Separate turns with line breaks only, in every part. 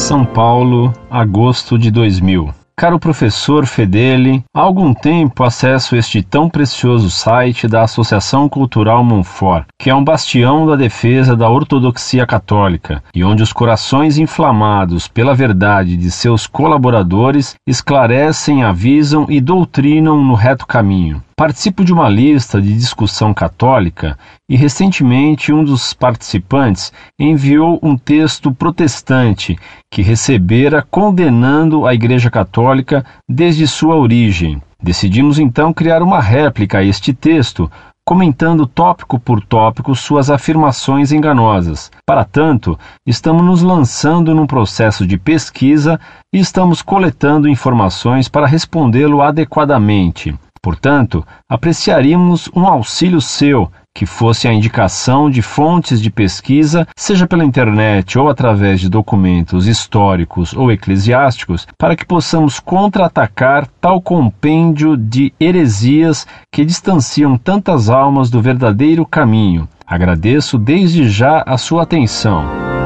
São Paulo, agosto de 2000. Caro professor Fedeli, há algum tempo acesso este tão precioso site da Associação Cultural Montfort, que é um bastião da defesa da ortodoxia católica, e onde os corações inflamados pela verdade de seus colaboradores esclarecem, avisam e doutrinam no reto caminho. Participo de uma lista de discussão católica e recentemente um dos participantes enviou um texto protestante que recebera condenando a Igreja Católica desde sua origem. Decidimos então criar uma réplica a este texto, comentando tópico por tópico suas afirmações enganosas. Para tanto, estamos nos lançando num processo de pesquisa e estamos coletando informações para respondê-lo adequadamente. Portanto, apreciaríamos um auxílio seu, que fosse a indicação de fontes de pesquisa, seja pela internet ou através de documentos históricos ou eclesiásticos, para que possamos contra-atacar tal compêndio de heresias que distanciam tantas almas do verdadeiro caminho. Agradeço desde já a sua atenção.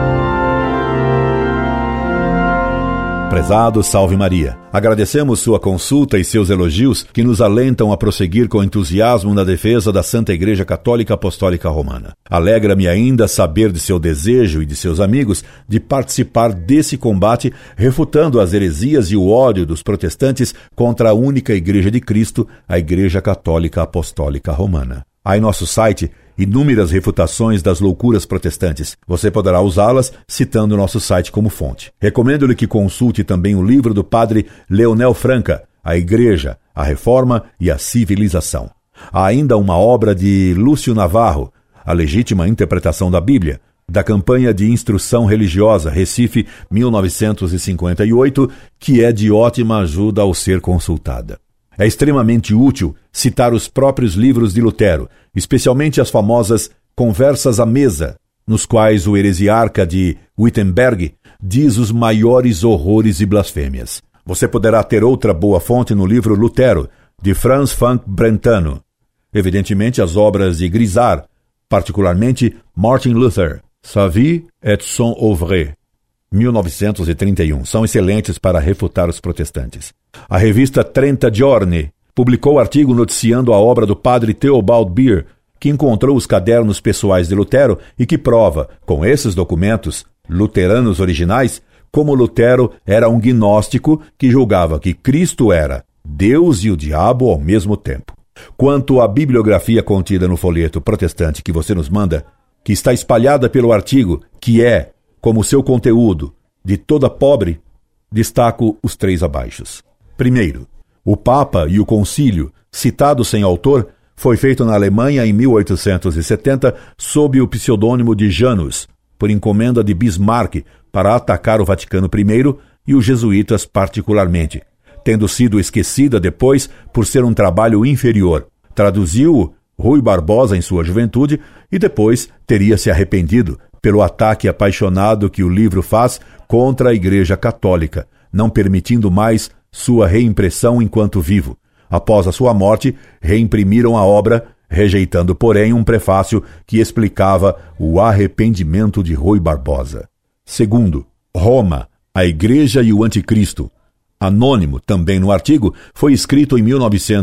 Prezado Salve Maria, agradecemos sua consulta e seus elogios que nos alentam a prosseguir com entusiasmo na defesa da Santa Igreja Católica Apostólica Romana. Alegra-me ainda saber de seu desejo e de seus amigos de participar desse combate, refutando as heresias e o ódio dos protestantes contra a única Igreja de Cristo, a Igreja Católica Apostólica Romana. Há em nosso site inúmeras refutações das loucuras protestantes. Você poderá usá-las citando nosso site como fonte. Recomendo-lhe que consulte também o livro do padre Leonel Franca, A Igreja, a Reforma e a Civilização. Há ainda uma obra de Lúcio Navarro, A Legítima Interpretação da Bíblia, da campanha de instrução religiosa Recife 1958, que é de ótima ajuda ao ser consultada. É extremamente útil citar os próprios livros de Lutero, especialmente as famosas Conversas à Mesa, nos quais o heresiarca de Wittenberg diz os maiores horrores e blasfêmias. Você poderá ter outra boa fonte no livro Lutero, de Franz Funk Brentano. Evidentemente, as obras de Grisard, particularmente Martin Luther, Sa vie et son œuvre, 1931, são excelentes para refutar os protestantes. A revista Trenta Giorni publicou artigo noticiando a obra do padre Theobald Beer, que encontrou os cadernos pessoais de Lutero e que prova, com esses documentos luteranos originais, como Lutero era um gnóstico que julgava que Cristo era Deus e o diabo ao mesmo tempo. Quanto à bibliografia contida no folheto protestante que você nos manda, que está espalhada pelo artigo, que é, como seu conteúdo, de toda pobre, destaco os 3 abaixo. Primeiro, o Papa e o Concílio, citado sem autor, foi feito na Alemanha em 1870 sob o pseudônimo de Janus, por encomenda de Bismarck, para atacar o Vaticano I e os jesuítas particularmente, tendo sido esquecida depois por ser um trabalho inferior. Traduziu-o Rui Barbosa em sua juventude e depois teria se arrependido pelo ataque apaixonado que o livro faz contra a Igreja Católica, não permitindo mais sua reimpressão enquanto vivo. Após a sua morte, reimprimiram a obra, rejeitando, porém, um prefácio que explicava o arrependimento de Rui Barbosa. Segundo, Roma, a Igreja e o Anticristo. Anônimo, também no artigo, foi escrito em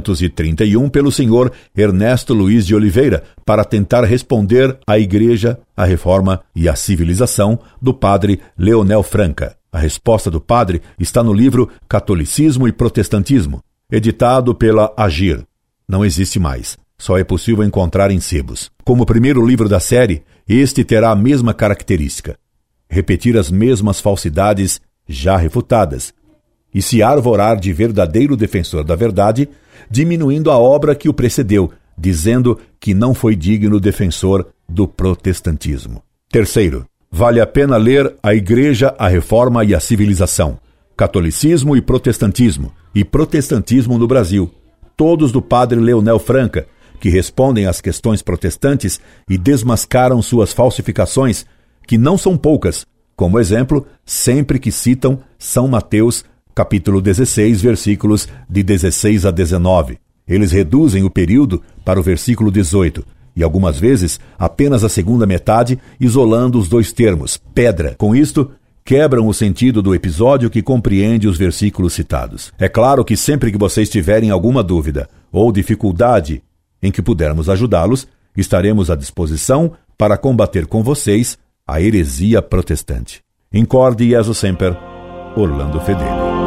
1931 pelo senhor Ernesto Luiz de Oliveira para tentar responder à Igreja, à Reforma e à Civilização do padre Leonel Franca. A resposta do padre está no livro Catolicismo e Protestantismo, editado pela Agir. Não existe mais. Só é possível encontrar em sebos. Como primeiro livro da série, este terá a mesma característica: repetir as mesmas falsidades já refutadas e se arvorar de verdadeiro defensor da verdade, diminuindo a obra que o precedeu, dizendo que não foi digno defensor do protestantismo. Terceiro, vale a pena ler A Igreja, a Reforma e a Civilização, Catolicismo e Protestantismo no Brasil, todos do padre Leonel Franca, que respondem às questões protestantes e desmascaram suas falsificações, que não são poucas, como exemplo, sempre que citam São Mateus, capítulo 16, versículos de 16 a 19. Eles reduzem o período para o versículo 18, e algumas vezes apenas a segunda metade, isolando os dois termos, pedra. Com isto, quebram o sentido do episódio que compreende os versículos citados. É claro que sempre que vocês tiverem alguma dúvida ou dificuldade em que pudermos ajudá-los, estaremos à disposição para combater com vocês a heresia protestante. Incorde Jesus Semper, Orlando Fedeli.